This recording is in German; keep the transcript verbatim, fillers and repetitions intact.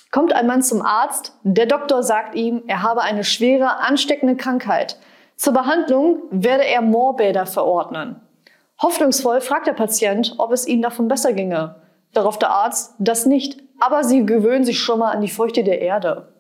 Kommt ein Mann zum Arzt, der Doktor sagt ihm, er habe eine schwere, ansteckende Krankheit. Zur Behandlung werde er Moorbäder verordnen. Hoffnungsvoll fragt der Patient, ob es ihm davon besser ginge. Darauf der Arzt, das nicht, aber sie gewöhnen sich schon mal an die Feuchte der Erde.